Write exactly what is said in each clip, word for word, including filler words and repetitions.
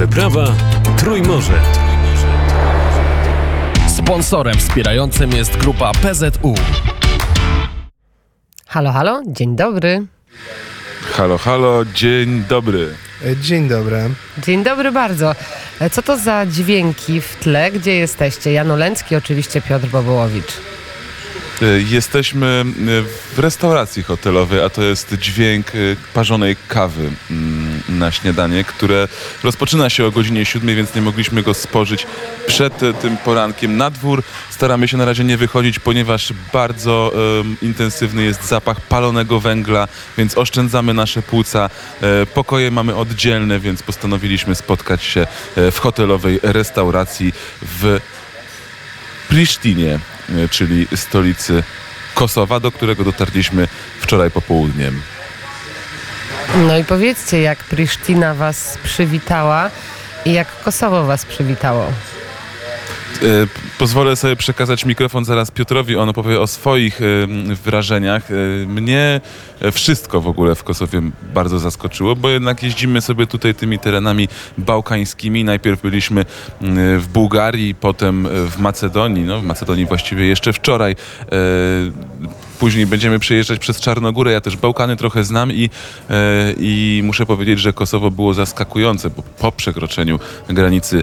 Przeprawa Trójmorze. Sponsorem wspierającym jest grupa P Z U. Halo, halo, dzień dobry. Halo, halo, dzień dobry. Dzień dobry. Dzień dobry bardzo. Co to za dźwięki w tle? Gdzie jesteście? Jan Oleński, oczywiście Piotr Bobołowicz. Jesteśmy w restauracji hotelowej, a to jest dźwięk parzonej kawy na śniadanie, które rozpoczyna się o godzinie siódmej, więc nie mogliśmy go spożyć przed tym porankiem. Na dwór staramy się na razie nie wychodzić, ponieważ bardzo um, intensywny jest zapach palonego węgla, więc oszczędzamy nasze płuca. E, pokoje mamy oddzielne, więc postanowiliśmy spotkać się w hotelowej restauracji w Prisztinie, czyli stolicy Kosowa, do którego dotarliśmy wczoraj popołudniem. No i powiedzcie, jak Prisztina was przywitała i jak Kosowo was przywitało. Pozwolę sobie przekazać mikrofon zaraz Piotrowi, on opowie o swoich wrażeniach. Mnie wszystko w ogóle w Kosowie bardzo zaskoczyło, bo jednak jeździmy sobie tutaj tymi terenami bałkańskimi. Najpierw byliśmy w Bułgarii, potem w Macedonii, no w Macedonii właściwie jeszcze wczoraj. Później będziemy przejeżdżać przez Czarnogórę. Ja też Bałkany trochę znam i, e, i muszę powiedzieć, że Kosowo było zaskakujące, bo po przekroczeniu granicy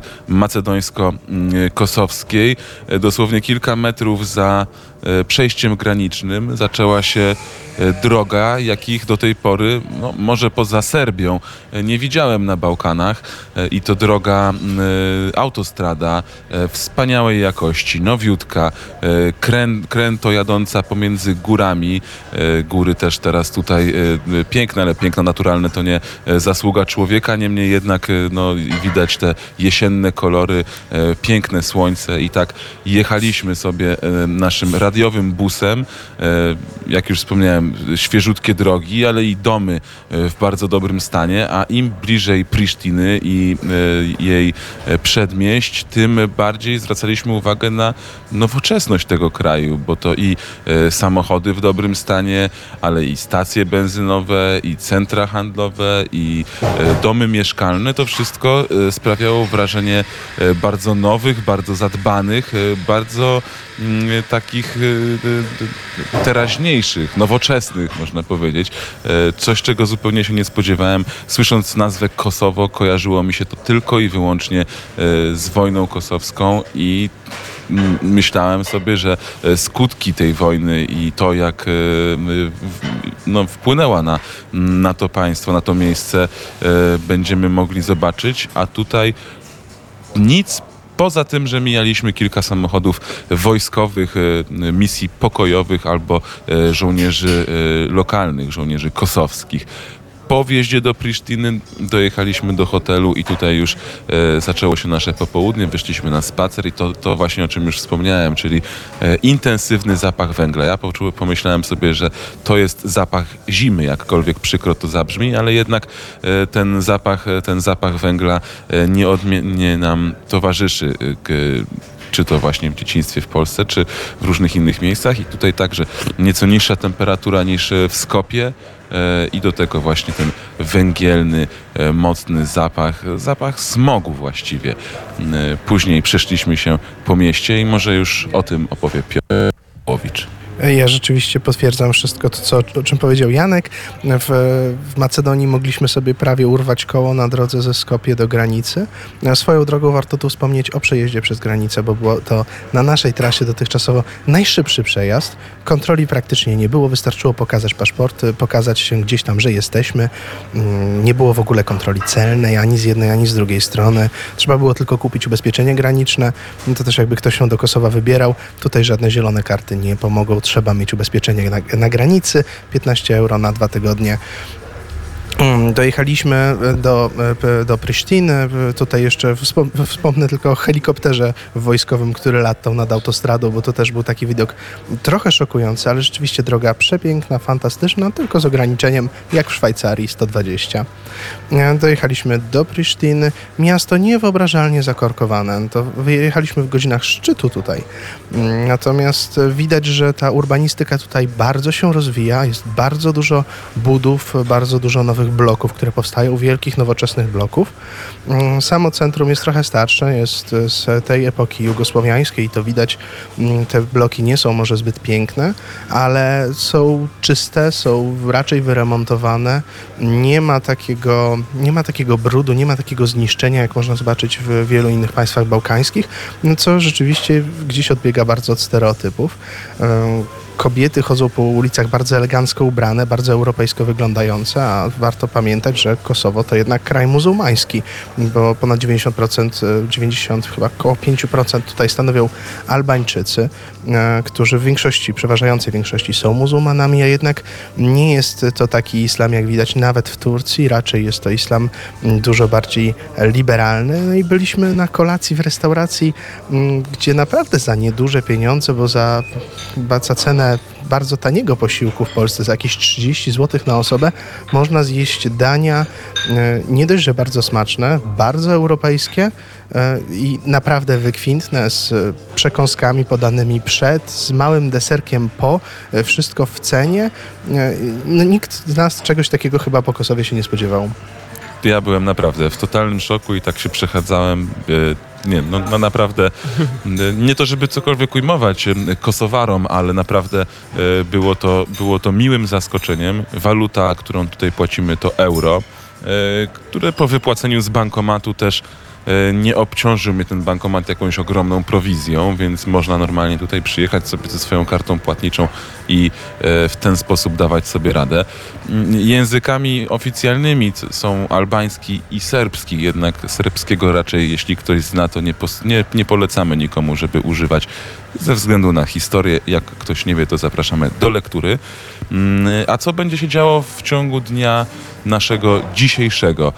macedońsko-kosowskiej e, dosłownie kilka metrów za e, przejściem granicznym zaczęła się e, droga, jakich do tej pory, no, może poza Serbią, e, nie widziałem na Bałkanach. E, I to droga, e, autostrada e, wspaniałej jakości, nowiutka, e, krę, kręto jadąca pomiędzy górami. Góry też teraz tutaj piękne, ale piękno naturalne to nie zasługa człowieka, niemniej jednak no, widać te jesienne kolory, piękne słońce i tak jechaliśmy sobie naszym radiowym busem. Jak już wspomniałem, świeżutkie drogi, ale i domy w bardzo dobrym stanie, a im bliżej Prisztiny i jej przedmieść, tym bardziej zwracaliśmy uwagę na nowoczesność tego kraju, bo to i samochody w dobrym stanie, ale i stacje benzynowe, i centra handlowe, i e, domy mieszkalne. To wszystko e, sprawiało wrażenie e, bardzo nowych, bardzo zadbanych, e, bardzo m, takich e, teraźniejszych, nowoczesnych, można powiedzieć. E, coś, czego zupełnie się nie spodziewałem. Słysząc nazwę Kosowo, kojarzyło mi się to tylko i wyłącznie e, z wojną kosowską i myślałem sobie, że skutki tej wojny i to, jak no, wpłynęła na, na to państwo, na to miejsce, będziemy mogli zobaczyć, a tutaj nic poza tym, że mijaliśmy kilka samochodów wojskowych, misji pokojowych albo żołnierzy lokalnych, żołnierzy kosowskich. Po wjeździe do Prisztiny dojechaliśmy do hotelu i tutaj już e, zaczęło się nasze popołudnie, wyszliśmy na spacer i to, to właśnie o czym już wspomniałem, czyli e, intensywny zapach węgla. Ja poczułem, pomyślałem sobie, że to jest zapach zimy, jakkolwiek przykro to zabrzmi, ale jednak e, ten zapach, ten zapach węgla e, nieodmiennie nam towarzyszy. E, k, czy to właśnie w dzieciństwie w Polsce, czy w różnych innych miejscach i tutaj także nieco niższa temperatura niż w Skopie i do tego właśnie ten węgielny, mocny zapach, zapach smogu właściwie. Później przeszliśmy się po mieście i może już o tym opowie Piotr Bobołowicz. Ja rzeczywiście potwierdzam wszystko to, co, o czym powiedział Janek. W, w Macedonii mogliśmy sobie prawie urwać koło na drodze ze Skopje do granicy. Swoją drogą warto tu wspomnieć o przejeździe przez granicę, bo było to na naszej trasie dotychczasowo najszybszy przejazd. Kontroli praktycznie nie było, wystarczyło pokazać paszporty, pokazać się gdzieś tam, że jesteśmy. Nie było w ogóle kontroli celnej, ani z jednej, ani z drugiej strony. Trzeba było tylko kupić ubezpieczenie graniczne. To też jakby ktoś się do Kosowa wybierał. Tutaj żadne zielone karty nie pomogą. Trzeba mieć ubezpieczenie na, na granicy, piętnaście euro na dwa tygodnie. Dojechaliśmy do, do Prisztiny. Tutaj jeszcze wspomnę tylko o helikopterze wojskowym, który latał nad autostradą, bo to też był taki widok trochę szokujący, ale rzeczywiście droga przepiękna, fantastyczna, tylko z ograniczeniem jak w Szwajcarii sto dwadzieścia. Dojechaliśmy do Prisztiny. Miasto niewyobrażalnie zakorkowane. To wyjechaliśmy w godzinach szczytu tutaj. Natomiast widać, że ta urbanistyka tutaj bardzo się rozwija. Jest bardzo dużo budów, bardzo dużo nowych nowych bloków, które powstają, wielkich, nowoczesnych bloków. Samo centrum jest trochę starsze, jest z tej epoki jugosłowiańskiej i to widać, te bloki nie są może zbyt piękne, ale są czyste, są raczej wyremontowane, nie ma takiego, nie ma takiego brudu, nie ma takiego zniszczenia, jak można zobaczyć w wielu innych państwach bałkańskich, co rzeczywiście gdzieś odbiega bardzo od stereotypów. Kobiety chodzą po ulicach bardzo elegancko ubrane, bardzo europejsko wyglądające, a warto pamiętać, że Kosowo to jednak kraj muzułmański, bo ponad dziewięćdziesiąt procent, dziewięćdziesiąt, chyba około pięć procent tutaj stanowią Albańczycy, którzy w większości, przeważającej większości są muzułmanami, a jednak nie jest to taki islam, jak widać nawet w Turcji, raczej jest to islam dużo bardziej liberalny. No i byliśmy na kolacji w restauracji, gdzie naprawdę za nieduże pieniądze, bo za, za cenę bardzo taniego posiłku w Polsce, za jakieś trzydzieści złotych na osobę, można zjeść dania nie dość, że bardzo smaczne, bardzo europejskie i naprawdę wykwintne, z przekąskami podanymi przed, z małym deserkiem po, wszystko w cenie. No, nikt z nas czegoś takiego chyba po Kosowie się nie spodziewał. Ja byłem naprawdę w totalnym szoku i tak się przechadzałem. Nie, no, no naprawdę, nie to żeby cokolwiek ujmować Kosowarom, ale naprawdę było to, było to miłym zaskoczeniem. Waluta, którą tutaj płacimy, to euro, które po wypłaceniu z bankomatu też nie obciążył mnie ten bankomat jakąś ogromną prowizją, więc można normalnie tutaj przyjechać sobie ze swoją kartą płatniczą i w ten sposób dawać sobie radę. Językami oficjalnymi są albański i serbski, jednak serbskiego raczej, jeśli ktoś zna, to nie, nie, nie polecamy nikomu, żeby używać ze względu na historię. Jak ktoś nie wie, to zapraszamy do lektury. A co będzie się działo w ciągu dnia naszego dzisiejszego?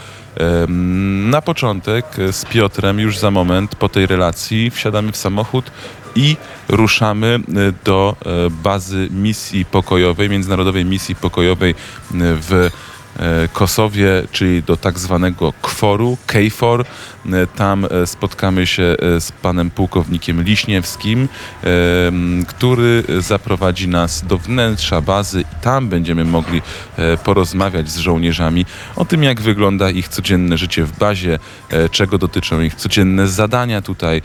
Na początek z Piotrem już za moment po tej relacji wsiadamy w samochód i ruszamy do bazy misji pokojowej, międzynarodowej misji pokojowej w Kosowie, czyli do tak zwanego kworu, KFOR. Tam spotkamy się z panem pułkownikiem Liśniewskim, który zaprowadzi nas do wnętrza bazy i tam będziemy mogli porozmawiać z żołnierzami o tym, jak wygląda ich codzienne życie w bazie, czego dotyczą ich codzienne zadania tutaj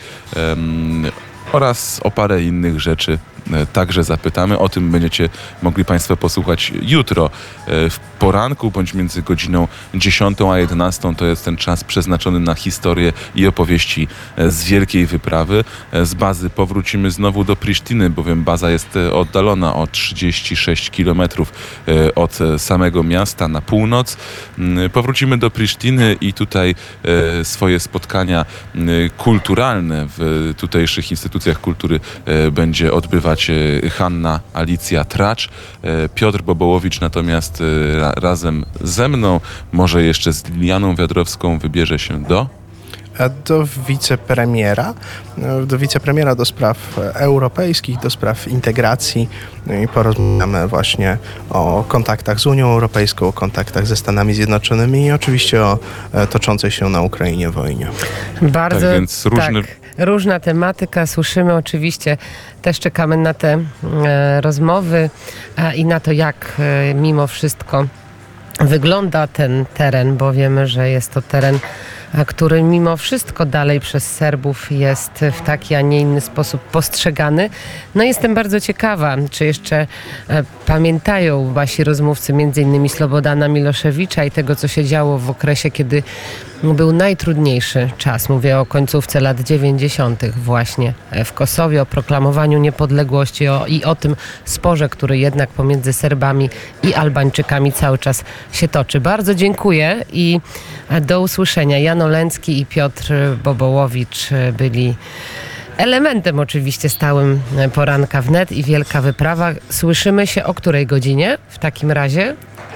oraz o parę innych rzeczy także zapytamy. O tym będziecie mogli Państwo posłuchać jutro w poranku, bądź między godziną dziesiątą a jedenastą. To jest ten czas przeznaczony na historię i opowieści z wielkiej wyprawy. Z bazy powrócimy znowu do Prisztiny, bowiem baza jest oddalona o trzydzieści sześć kilometrów od samego miasta na północ. Powrócimy do Prisztiny i tutaj swoje spotkania kulturalne w tutejszych instytucjach kultury będzie odbywać Hanna Alicja Tracz. Piotr Bobołowicz natomiast razem ze mną, może jeszcze z Lilianą Wiadrowską, wybierze się do... do wicepremiera, do wicepremiera do spraw europejskich, do spraw integracji i porozmawiamy właśnie o kontaktach z Unią Europejską, o kontaktach ze Stanami Zjednoczonymi i oczywiście o toczącej się na Ukrainie wojnie. Bardzo, tak, więc różny... tak, różna tematyka, słyszymy oczywiście, też czekamy na te e, rozmowy a, i na to, jak e, mimo wszystko wygląda ten teren, bo wiemy, że jest to teren, który mimo wszystko dalej przez Serbów jest w taki, a nie inny sposób postrzegany. No jestem bardzo ciekawa, czy jeszcze e, pamiętają wasi rozmówcy, między innymi Slobodana Miloszewicza i tego, co się działo w okresie, kiedy był najtrudniejszy czas. Mówię o końcówce lat dziewięćdziesiątych właśnie w Kosowie, o proklamowaniu niepodległości o, i o tym sporze, który jednak pomiędzy Serbami i Albańczykami cały czas się toczy. Bardzo dziękuję i do usłyszenia. Jan Oleński i Piotr Bobołowicz byli elementem oczywiście stałym poranka wnet i Wielka Wyprawa. Słyszymy się o której godzinie w takim razie?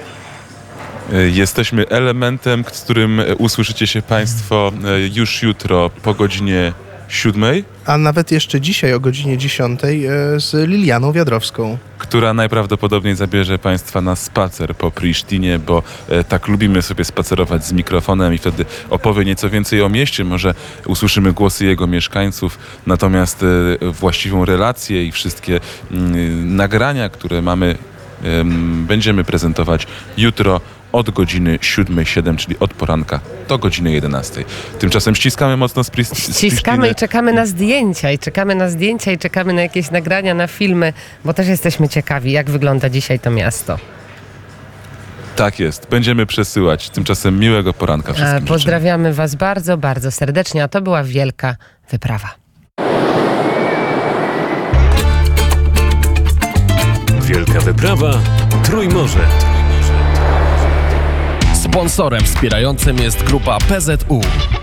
Jesteśmy elementem, z którym usłyszycie się Państwo już jutro po godzinie siódmej. A nawet jeszcze dzisiaj o godzinie dziesiątej z Lilianą Wiadrowską. Która najprawdopodobniej zabierze Państwa na spacer po Prisztinie, bo e, tak lubimy sobie spacerować z mikrofonem i wtedy opowie nieco więcej o mieście. Może usłyszymy głosy jego mieszkańców, natomiast e, właściwą relację i wszystkie m, nagrania, które mamy, e, będziemy prezentować jutro od godziny siódmej siedem, czyli od poranka do godziny jedenastej. Tymczasem ściskamy mocno z Pris- z Ściskamy Prisztiny. i czekamy na zdjęcia, i czekamy na zdjęcia, i czekamy na jakieś nagrania, na filmy, bo też jesteśmy ciekawi, jak wygląda dzisiaj to miasto. Tak jest, będziemy przesyłać. Tymczasem miłego poranka wszystkim E, życzymy. Pozdrawiamy Was bardzo, bardzo serdecznie, a to była wielka wyprawa. Wielka wyprawa Trójmorze. Sponsorem wspierającym jest grupa P Z U.